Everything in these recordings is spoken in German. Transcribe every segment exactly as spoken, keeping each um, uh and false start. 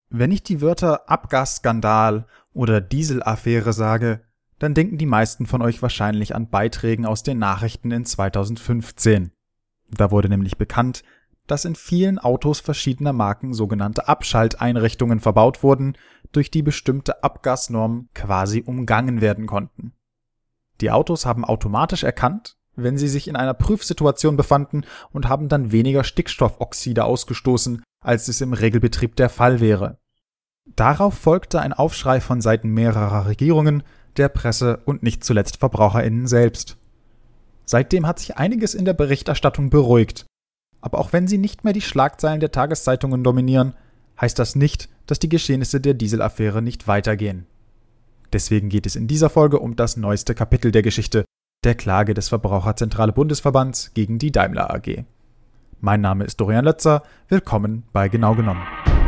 Wenn ich die Wörter Abgasskandal oder Dieselaffäre sage, dann denken die meisten von euch wahrscheinlich an Beiträgen aus den Nachrichten in zweitausendfünfzehn. Da wurde nämlich bekannt, dass in vielen Autos verschiedener Marken sogenannte Abschalteinrichtungen verbaut wurden, durch die bestimmte Abgasnormen quasi umgangen werden konnten. Die Autos haben automatisch erkannt, wenn sie sich in einer Prüfsituation befanden und haben dann weniger Stickstoffoxide ausgestoßen, als es im Regelbetrieb der Fall wäre. Darauf folgte ein Aufschrei von Seiten mehrerer Regierungen, der Presse und nicht zuletzt VerbraucherInnen selbst. Seitdem hat sich einiges in der Berichterstattung beruhigt. Aber auch wenn sie nicht mehr die Schlagzeilen der Tageszeitungen dominieren, heißt das nicht, dass die Geschehnisse der Dieselaffäre nicht weitergehen. Deswegen geht es in dieser Folge um das neueste Kapitel der Geschichte, der Klage des Verbraucherzentrale Bundesverbands gegen die Daimler A G. Mein Name ist Dorian Lötzer, willkommen bei Genau genommen.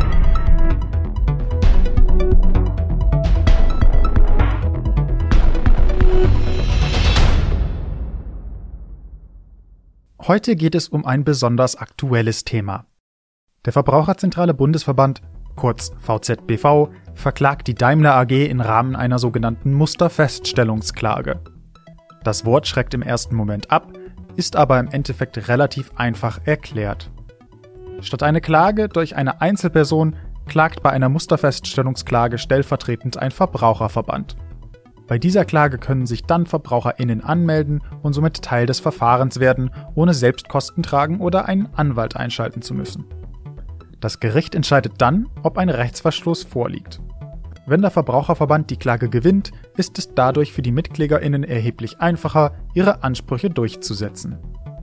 Heute geht es um ein besonders aktuelles Thema. Der Verbraucherzentrale Bundesverband, kurz V Z B V, verklagt die Daimler A G im Rahmen einer sogenannten Musterfeststellungsklage. Das Wort schreckt im ersten Moment ab, ist aber im Endeffekt relativ einfach erklärt. Statt eine Klage durch eine Einzelperson klagt bei einer Musterfeststellungsklage stellvertretend ein Verbraucherverband. Bei dieser Klage können sich dann VerbraucherInnen anmelden und somit Teil des Verfahrens werden, ohne selbst Kosten tragen oder einen Anwalt einschalten zu müssen. Das Gericht entscheidet dann, ob ein Rechtsverstoß vorliegt. Wenn der Verbraucherverband die Klage gewinnt, ist es dadurch für die MitgliederInnen erheblich einfacher, ihre Ansprüche durchzusetzen.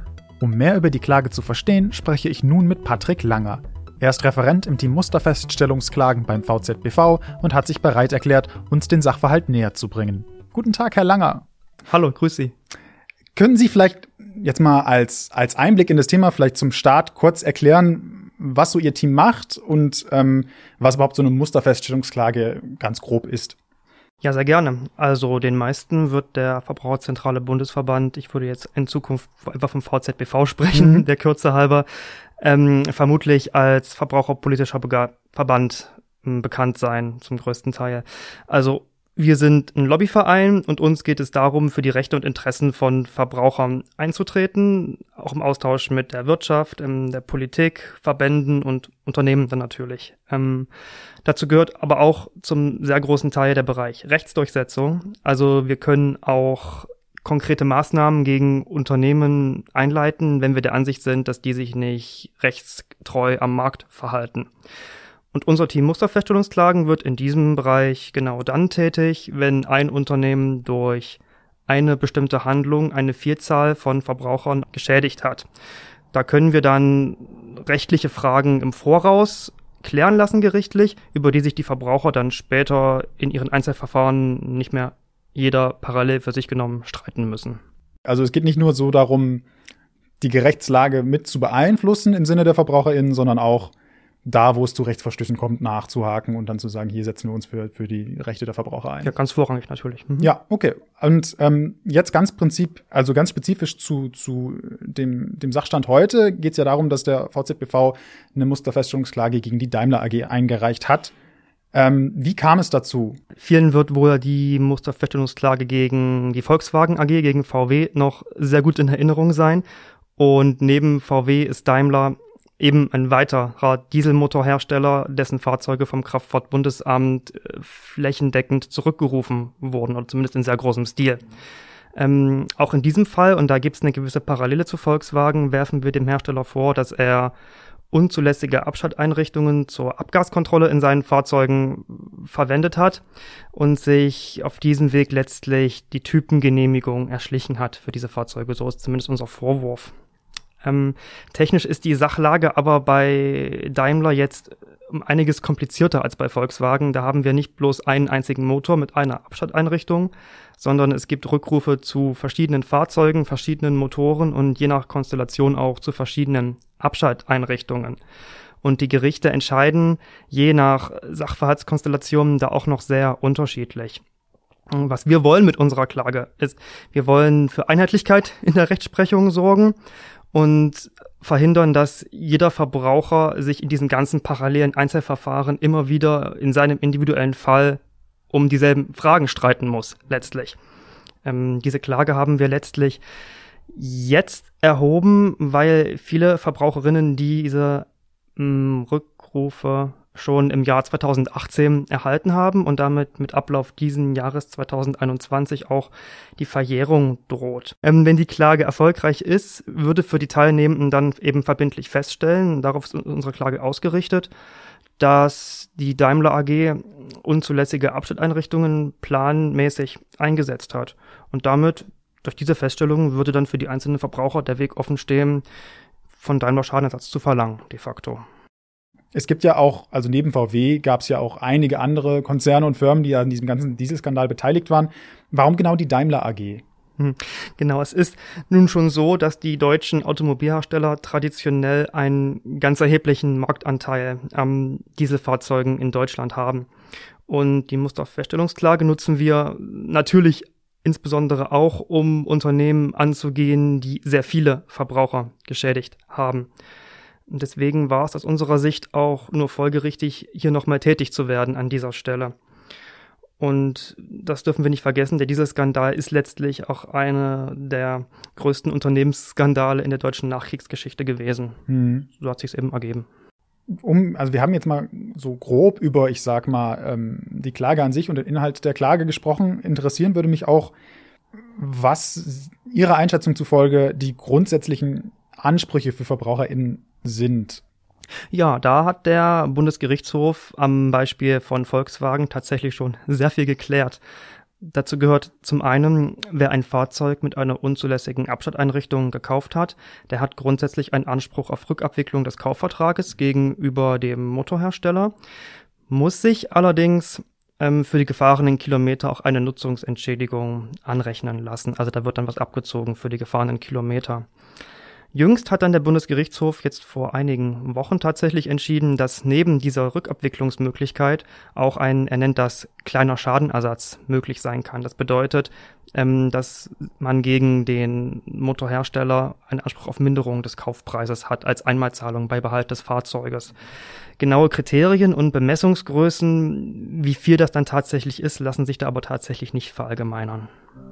Um mehr über die Klage zu verstehen, spreche ich nun mit Patrick Langer. Er ist Referent im Team Musterfeststellungsklagen beim V Z B V und hat sich bereit erklärt, uns den Sachverhalt näher zu bringen. Guten Tag, Herr Langer. Hallo, grüß Sie. Können Sie vielleicht jetzt mal als, als Einblick in das Thema vielleicht zum Start kurz erklären, was so Ihr Team macht und ähm, was überhaupt so eine Musterfeststellungsklage ganz grob ist? Ja, sehr gerne. Also den meisten wird der Verbraucherzentrale Bundesverband, ich würde jetzt in Zukunft einfach vom V Z B V sprechen, mhm. der Kürze halber, ähm, vermutlich als verbraucherpolitischer Bega- Verband ähm, bekannt sein, zum größten Teil. Also wir sind ein Lobbyverein und uns geht es darum, für die Rechte und Interessen von Verbrauchern einzutreten, auch im Austausch mit der Wirtschaft, ähm, der Politik, Verbänden und Unternehmen dann natürlich. Ähm, dazu gehört aber auch zum sehr großen Teil der Bereich Rechtsdurchsetzung. Also wir können auch konkrete Maßnahmen gegen Unternehmen einleiten, wenn wir der Ansicht sind, dass die sich nicht rechtstreu am Markt verhalten. Und unser Team Musterfeststellungsklagen wird in diesem Bereich genau dann tätig, wenn ein Unternehmen durch eine bestimmte Handlung eine Vielzahl von Verbrauchern geschädigt hat. Da können wir dann rechtliche Fragen im Voraus klären lassen gerichtlich, über die sich die Verbraucher dann später in ihren Einzelverfahren nicht mehr jeder parallel für sich genommen streiten müssen. Also es geht nicht nur so darum, die Rechtslage mit zu beeinflussen im Sinne der VerbraucherInnen, sondern auch da, wo es zu Rechtsverstößen kommt, nachzuhaken und dann zu sagen, hier setzen wir uns für, für die Rechte der Verbraucher ein. Ja, ganz vorrangig natürlich. Mhm. Ja, okay. Und ähm, jetzt ganz Prinzip, also ganz spezifisch zu, zu dem, dem Sachstand heute geht es ja darum, dass der V Z B V eine Musterfeststellungsklage gegen die Daimler A G eingereicht hat. Ähm, wie kam es dazu? Vielen wird wohl die Musterfeststellungsklage gegen die Volkswagen A G, gegen V W, noch sehr gut in Erinnerung sein. Und neben V W ist Daimler eben ein weiterer Dieselmotorhersteller, dessen Fahrzeuge vom Kraftfahrtbundesamt äh, flächendeckend zurückgerufen wurden, oder zumindest in sehr großem Stil. Ähm, auch in diesem Fall, und da gibt es eine gewisse Parallele zu Volkswagen, werfen wir dem Hersteller vor, dass er unzulässige Abschalteinrichtungen zur Abgaskontrolle in seinen Fahrzeugen verwendet hat und sich auf diesem Weg letztlich die Typengenehmigung erschlichen hat für diese Fahrzeuge. So ist zumindest unser Vorwurf. Ähm, technisch ist die Sachlage aber bei Daimler jetzt um einiges komplizierter als bei Volkswagen. Da haben wir nicht bloß einen einzigen Motor mit einer Abschalteinrichtung, sondern es gibt Rückrufe zu verschiedenen Fahrzeugen, verschiedenen Motoren und je nach Konstellation auch zu verschiedenen Abschalteinrichtungen. Und die Gerichte entscheiden je nach Sachverhaltskonstellationen da auch noch sehr unterschiedlich. Was wir wollen mit unserer Klage ist, wir wollen für Einheitlichkeit in der Rechtsprechung sorgen und verhindern, dass jeder Verbraucher sich in diesen ganzen parallelen Einzelverfahren immer wieder in seinem individuellen Fall um dieselben Fragen streiten muss, letztlich. Ähm, diese Klage haben wir letztlich jetzt erhoben, weil viele Verbraucherinnen diese mh, Rückrufe schon im Jahr zweitausendachtzehn erhalten haben und damit mit Ablauf diesen Jahres zweitausendeinundzwanzig auch die Verjährung droht. Ähm, wenn die Klage erfolgreich ist, würde für die Teilnehmenden dann eben verbindlich feststellen, darauf ist unsere Klage ausgerichtet, dass die Daimler A G unzulässige Abschnitteinrichtungen planmäßig eingesetzt hat. Und damit, durch diese Feststellung, würde dann für die einzelnen Verbraucher der Weg offen stehen, von Daimler Schadenersatz zu verlangen, de facto. Es gibt ja auch, also neben V W gab es ja auch einige andere Konzerne und Firmen, die an diesem ganzen Dieselskandal beteiligt waren. Warum genau die Daimler A G? Hm, Genau, es ist nun schon so, dass die deutschen Automobilhersteller traditionell einen ganz erheblichen Marktanteil an Dieselfahrzeugen in Deutschland haben. Und die Musterfeststellungsklage nutzen wir natürlich insbesondere auch, um Unternehmen anzugehen, die sehr viele Verbraucher geschädigt haben. Und deswegen war es aus unserer Sicht auch nur folgerichtig, hier nochmal tätig zu werden an dieser Stelle. Und das dürfen wir nicht vergessen, der Dieselskandal ist letztlich auch einer der größten Unternehmensskandale in der deutschen Nachkriegsgeschichte gewesen. Hm. So hat sich's eben ergeben. Um, also wir haben jetzt mal so grob über, ich sag mal, ähm, die Klage an sich und den Inhalt der Klage gesprochen. Interessieren würde mich auch, was Ihrer Einschätzung zufolge die grundsätzlichen Ansprüche für VerbraucherInnen sind. Ja, da hat der Bundesgerichtshof am Beispiel von Volkswagen tatsächlich schon sehr viel geklärt. Dazu gehört zum einen, wer ein Fahrzeug mit einer unzulässigen Abschnitteinrichtung gekauft hat, der hat grundsätzlich einen Anspruch auf Rückabwicklung des Kaufvertrages gegenüber dem Motorhersteller, muss sich allerdings ähm, für die gefahrenen Kilometer auch eine Nutzungsentschädigung anrechnen lassen. Also da wird dann was abgezogen für die gefahrenen Kilometer. Jüngst hat dann der Bundesgerichtshof jetzt vor einigen Wochen tatsächlich entschieden, dass neben dieser Rückabwicklungsmöglichkeit auch ein, er nennt das, kleiner Schadenersatz möglich sein kann. Das bedeutet, ähm, dass man gegen den Motorhersteller einen Anspruch auf Minderung des Kaufpreises hat als Einmalzahlung bei Behalt des Fahrzeuges. Genaue Kriterien und Bemessungsgrößen, wie viel das dann tatsächlich ist, lassen sich da aber tatsächlich nicht verallgemeinern.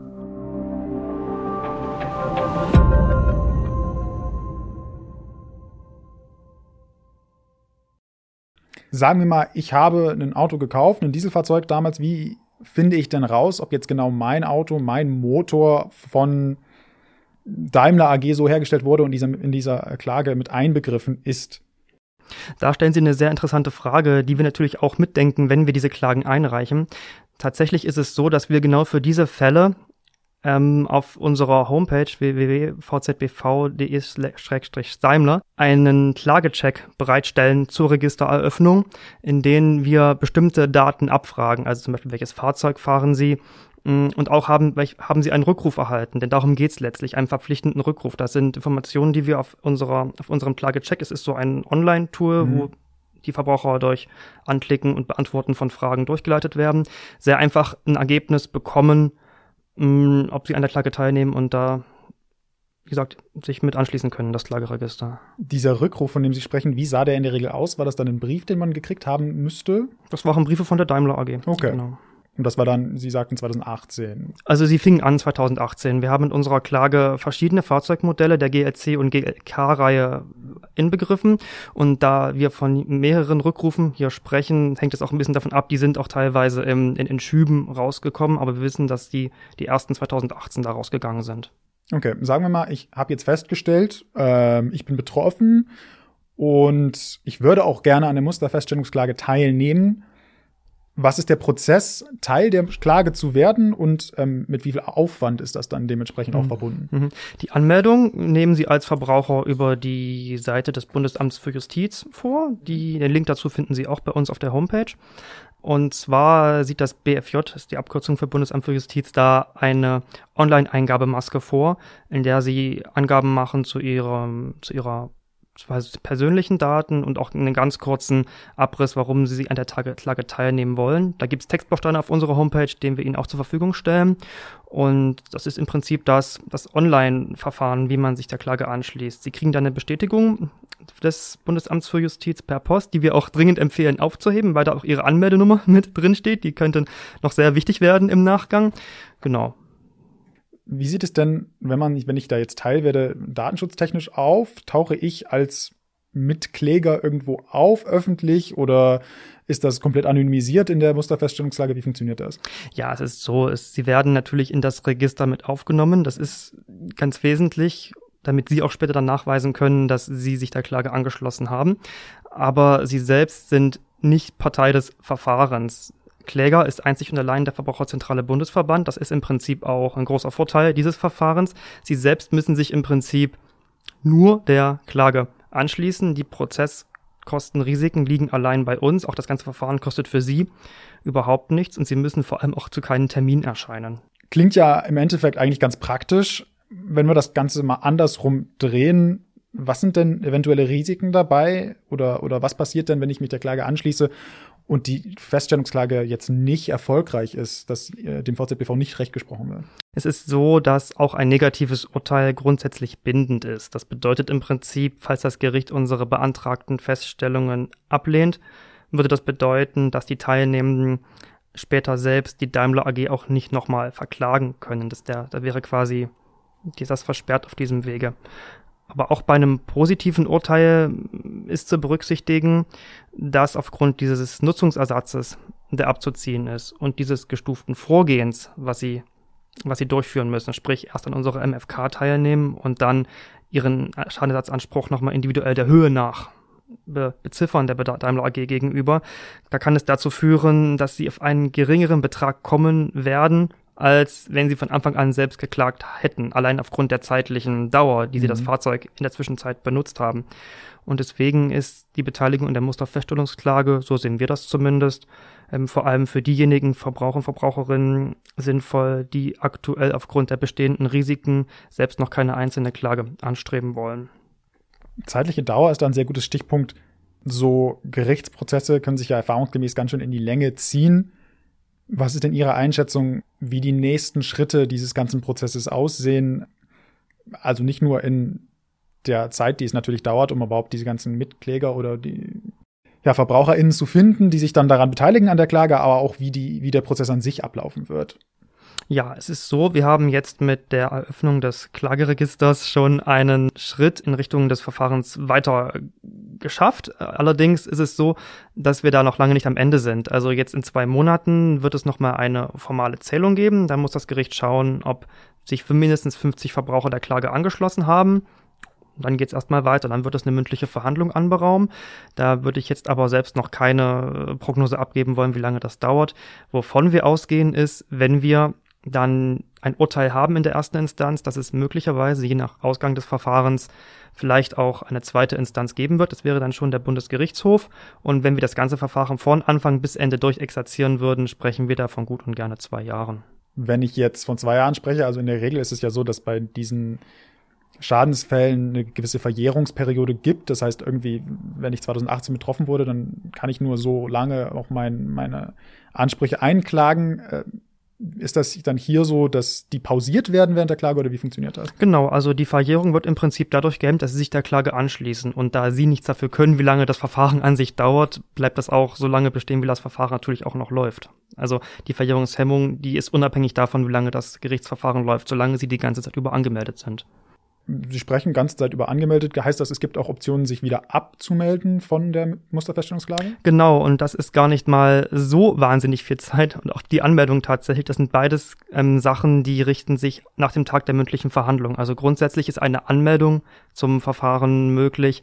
Sagen wir mal, ich habe ein Auto gekauft, ein Dieselfahrzeug damals. Wie finde ich denn raus, ob jetzt genau mein Auto, mein Motor von Daimler A G so hergestellt wurde und in dieser Klage mit einbegriffen ist? Da stellen Sie eine sehr interessante Frage, die wir natürlich auch mitdenken, wenn wir diese Klagen einreichen. Tatsächlich ist es so, dass wir genau für diese Fälle ähm, auf unserer Homepage w w w punkt v z b v punkt d e slash Daimler einen Klagecheck bereitstellen zur Registereröffnung, in denen wir bestimmte Daten abfragen, also zum Beispiel, welches Fahrzeug fahren Sie, mh, und auch haben, welch, haben Sie einen Rückruf erhalten, denn darum geht es letztlich, einen verpflichtenden Rückruf. Das sind Informationen, die wir auf unserer, auf unserem Klagecheck, es ist so ein Online-Tool, mhm. wo die Verbraucher durch Anklicken und Beantworten von Fragen durchgeleitet werden, sehr einfach ein Ergebnis bekommen, mh, ob sie an der Klage teilnehmen und da, wie gesagt, sich mit anschließen können, das Klageregister. Dieser Rückruf, von dem Sie sprechen, wie sah der in der Regel aus? War das dann ein Brief, den man gekriegt haben müsste? Das waren Briefe von der Daimler A G. Okay. Genau. Und das war dann, Sie sagten zweitausendachtzehn. Also sie fingen an zweitausendachtzehn. Wir haben in unserer Klage verschiedene Fahrzeugmodelle der G L C- und G L K-Reihe inbegriffen. Und da wir von mehreren Rückrufen hier sprechen, hängt es auch ein bisschen davon ab, die sind auch teilweise in, in, in Schüben rausgekommen. Aber wir wissen, dass die, die ersten zweitausendachtzehn da rausgegangen sind. Okay, sagen wir mal, ich habe jetzt festgestellt, ähm, ich bin betroffen und ich würde auch gerne an der Musterfeststellungsklage teilnehmen. Was ist der Prozess, Teil der Klage zu werden und ähm, mit wie viel Aufwand ist das dann dementsprechend mhm. auch verbunden? Die Anmeldung nehmen Sie als Verbraucher über die Seite des Bundesamts für Justiz vor. Die, den Link dazu finden Sie auch bei uns auf der Homepage. Und zwar sieht das B F J, das ist die Abkürzung für Bundesamt für Justiz, da eine Online-Eingabemaske vor, in der Sie Angaben machen zu Ihrem, zu Ihrer persönlichen Daten und auch einen ganz kurzen Abriss, warum Sie an der Klage teilnehmen wollen. Da gibt es Textbausteine auf unserer Homepage, den wir Ihnen auch zur Verfügung stellen. Und das ist im Prinzip das, das Online-Verfahren, wie man sich der Klage anschließt. Sie kriegen dann eine Bestätigung des Bundesamts für Justiz per Post, die wir auch dringend empfehlen aufzuheben, weil da auch Ihre Anmeldenummer mit drin steht. Die könnte noch sehr wichtig werden im Nachgang. Genau. Wie sieht es denn, wenn man, wenn ich da jetzt teil werde, datenschutztechnisch auf? Tauche ich als Mitkläger irgendwo auf, öffentlich, oder ist das komplett anonymisiert in der Musterfeststellungslage? Wie funktioniert das? Ja, es ist so, es, Sie werden natürlich in das Register mit aufgenommen. Das ist ganz wesentlich, damit Sie auch später dann nachweisen können, dass Sie sich der Klage angeschlossen haben. Aber Sie selbst sind nicht Partei des Verfahrens. Kläger ist einzig und allein der Verbraucherzentrale Bundesverband. Das ist im Prinzip auch ein großer Vorteil dieses Verfahrens. Sie selbst müssen sich im Prinzip nur der Klage anschließen. Die Prozesskosten, Risiken liegen allein bei uns. Auch das ganze Verfahren kostet für Sie überhaupt nichts und Sie müssen vor allem auch zu keinem Termin erscheinen. Klingt ja im Endeffekt eigentlich ganz praktisch. Wenn wir das Ganze mal andersrum drehen, was sind denn eventuelle Risiken dabei? Oder, oder was passiert denn, wenn ich mich der Klage anschließe und die Feststellungsklage jetzt nicht erfolgreich ist, dass äh, dem V Z B V nicht recht gesprochen wird? Es ist so, dass auch ein negatives Urteil grundsätzlich bindend ist. Das bedeutet im Prinzip, falls das Gericht unsere beantragten Feststellungen ablehnt, würde das bedeuten, dass die Teilnehmenden später selbst die Daimler A G auch nicht nochmal verklagen können. Das der, da wäre quasi das versperrt auf diesem Wege. Aber auch bei einem positiven Urteil ist zu berücksichtigen, dass aufgrund dieses Nutzungsersatzes, der abzuziehen ist, und dieses gestuften Vorgehens, was sie, was sie durchführen müssen, sprich erst an unserer M F K teilnehmen und dann ihren Schadenersatzanspruch nochmal individuell der Höhe nach be- beziffern der Daimler A G gegenüber, da kann es dazu führen, dass sie auf einen geringeren Betrag kommen werden, als wenn sie von Anfang an selbst geklagt hätten, allein aufgrund der zeitlichen Dauer, die sie mhm. das Fahrzeug in der Zwischenzeit benutzt haben. Und deswegen ist die Beteiligung in der Musterfeststellungsklage, so sehen wir das zumindest, ähm, vor allem für diejenigen Verbraucher und Verbraucherinnen sinnvoll, die aktuell aufgrund der bestehenden Risiken selbst noch keine einzelne Klage anstreben wollen. Zeitliche Dauer ist da ein sehr gutes Stichpunkt. So Gerichtsprozesse können sich ja erfahrungsgemäß ganz schön in die Länge ziehen. Was ist denn Ihre Einschätzung, wie die nächsten Schritte dieses ganzen Prozesses aussehen? Also nicht nur in der Zeit, die es natürlich dauert, um überhaupt diese ganzen Mitkläger oder die ja, VerbraucherInnen zu finden, die sich dann daran beteiligen an der Klage, aber auch wie die, wie der Prozess an sich ablaufen wird. Ja, es ist so, wir haben jetzt mit der Eröffnung des Klageregisters schon einen Schritt in Richtung des Verfahrens weiter geschafft. Allerdings ist es so, dass wir da noch lange nicht am Ende sind. Also jetzt in zwei Monaten wird es nochmal eine formale Zählung geben. Da muss das Gericht schauen, ob sich für mindestens fünfzig Verbraucher der Klage angeschlossen haben. Dann geht es erstmal weiter, dann wird es eine mündliche Verhandlung anberaumen. Da würde ich jetzt aber selbst noch keine Prognose abgeben wollen, wie lange das dauert. Wovon wir ausgehen ist, wenn wir dann ein Urteil haben in der ersten Instanz, dass es möglicherweise je nach Ausgang des Verfahrens vielleicht auch eine zweite Instanz geben wird. Das wäre dann schon der Bundesgerichtshof. Und wenn wir das ganze Verfahren von Anfang bis Ende durchexerzieren würden, sprechen wir da von gut und gerne zwei Jahren. Wenn ich jetzt von zwei Jahren spreche, also in der Regel ist es ja so, dass bei diesen Schadensfällen eine gewisse Verjährungsperiode gibt. Das heißt, irgendwie, wenn ich zweitausendachtzehn betroffen wurde, dann kann ich nur so lange auch mein, meine Ansprüche einklagen. Ist das dann hier so, dass die pausiert werden während der Klage oder wie funktioniert das? Genau, also die Verjährung wird im Prinzip dadurch gehemmt, dass sie sich der Klage anschließen. Und da sie nichts dafür können, wie lange das Verfahren an sich dauert, bleibt das auch so lange bestehen, wie das Verfahren natürlich auch noch läuft. Also die Verjährungshemmung, die ist unabhängig davon, wie lange das Gerichtsverfahren läuft, solange sie die ganze Zeit über angemeldet sind. Sie sprechen ganze Zeit über angemeldet. Heißt das, es gibt auch Optionen, sich wieder abzumelden von der Musterfeststellungsklage? Genau, und das ist gar nicht mal so wahnsinnig viel Zeit. Und auch die Anmeldung tatsächlich, das sind beides ähm, Sachen, die richten sich nach dem Tag der mündlichen Verhandlung. Also grundsätzlich ist eine Anmeldung zum Verfahren möglich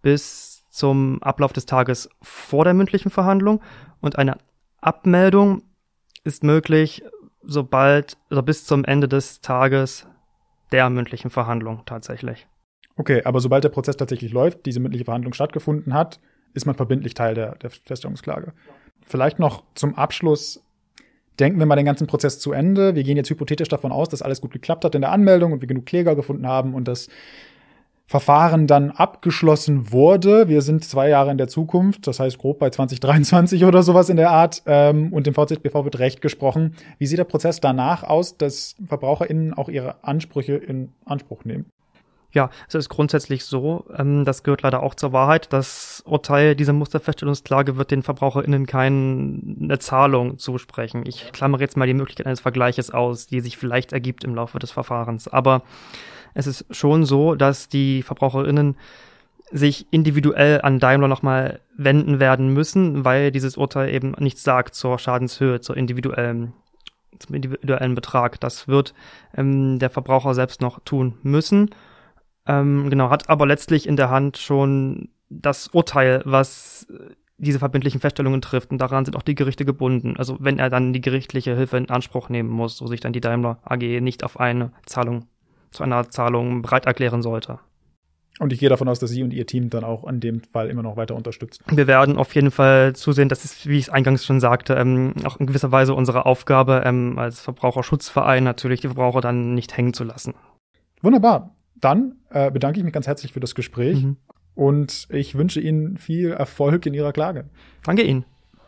bis zum Ablauf des Tages vor der mündlichen Verhandlung. Und eine Abmeldung ist möglich, sobald, also bis zum Ende des Tages der mündlichen Verhandlung tatsächlich. Okay, aber sobald der Prozess tatsächlich läuft, diese mündliche Verhandlung stattgefunden hat, ist man verbindlich Teil der, der Feststellungsklage. Vielleicht noch zum Abschluss, denken wir mal den ganzen Prozess zu Ende. Wir gehen jetzt hypothetisch davon aus, dass alles gut geklappt hat in der Anmeldung und wir genug Kläger gefunden haben und das Verfahren dann abgeschlossen wurde. Wir sind zwei Jahre in der Zukunft, das heißt grob bei zwanzig dreiundzwanzig oder sowas in der Art. Ähm, und dem V Z B V wird Recht gesprochen. Wie sieht der Prozess danach aus, dass VerbraucherInnen auch ihre Ansprüche in Anspruch nehmen? Ja, es ist grundsätzlich so, ähm, das gehört leider auch zur Wahrheit. Das Urteil dieser Musterfeststellungsklage wird den VerbraucherInnen keine Zahlung zusprechen. Ich klammere jetzt mal die Möglichkeit eines Vergleiches aus, die sich vielleicht ergibt im Laufe des Verfahrens. Aber es ist schon so, dass die VerbraucherInnen sich individuell an Daimler nochmal wenden werden müssen, weil dieses Urteil eben nichts sagt zur Schadenshöhe, zur individuellen, zum individuellen Betrag. Das wird ähm, der Verbraucher selbst noch tun müssen. Ähm, genau, hat aber letztlich in der Hand schon das Urteil, was diese verbindlichen Feststellungen trifft. Und daran sind auch die Gerichte gebunden. Also wenn er dann die gerichtliche Hilfe in Anspruch nehmen muss, wo sich dann die Daimler A G nicht auf eine Zahlung zu einer Zahlung bereit erklären sollte. Und ich gehe davon aus, dass Sie und Ihr Team dann auch an dem Fall immer noch weiter unterstützen. Wir werden auf jeden Fall zusehen, das ist, wie ich es eingangs schon sagte, ähm, auch in gewisser Weise unsere Aufgabe, ähm, als Verbraucherschutzverein natürlich die Verbraucher dann nicht hängen zu lassen. Wunderbar. Dann äh, bedanke ich mich ganz herzlich für das Gespräch Mhm. und ich wünsche Ihnen viel Erfolg in Ihrer Klage. Danke Ihnen.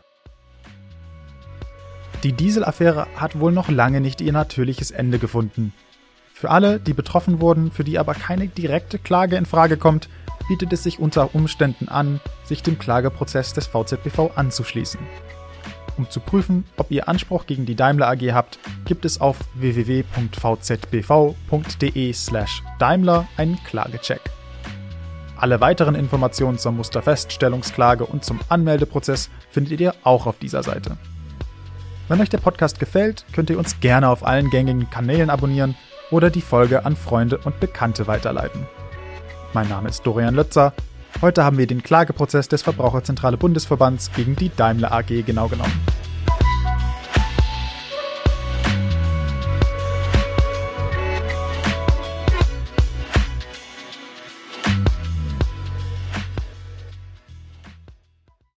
Die Dieselaffäre hat wohl noch lange nicht ihr natürliches Ende gefunden. Für alle, die betroffen wurden, für die aber keine direkte Klage in Frage kommt, bietet es sich unter Umständen an, sich dem Klageprozess des V Z B V anzuschließen. Um zu prüfen, ob ihr Anspruch gegen die Daimler A G habt, gibt es auf w w w punkt v z b v punkt d e slash Daimler einen Klagecheck. Alle weiteren Informationen zur Musterfeststellungsklage und zum Anmeldeprozess findet ihr auch auf dieser Seite. Wenn euch der Podcast gefällt, könnt ihr uns gerne auf allen gängigen Kanälen abonnieren oder die Folge an Freunde und Bekannte weiterleiten. Mein Name ist Dorian Lötzer. Heute haben wir den Klageprozess des Verbraucherzentrale Bundesverbands gegen die Daimler A G genau genommen.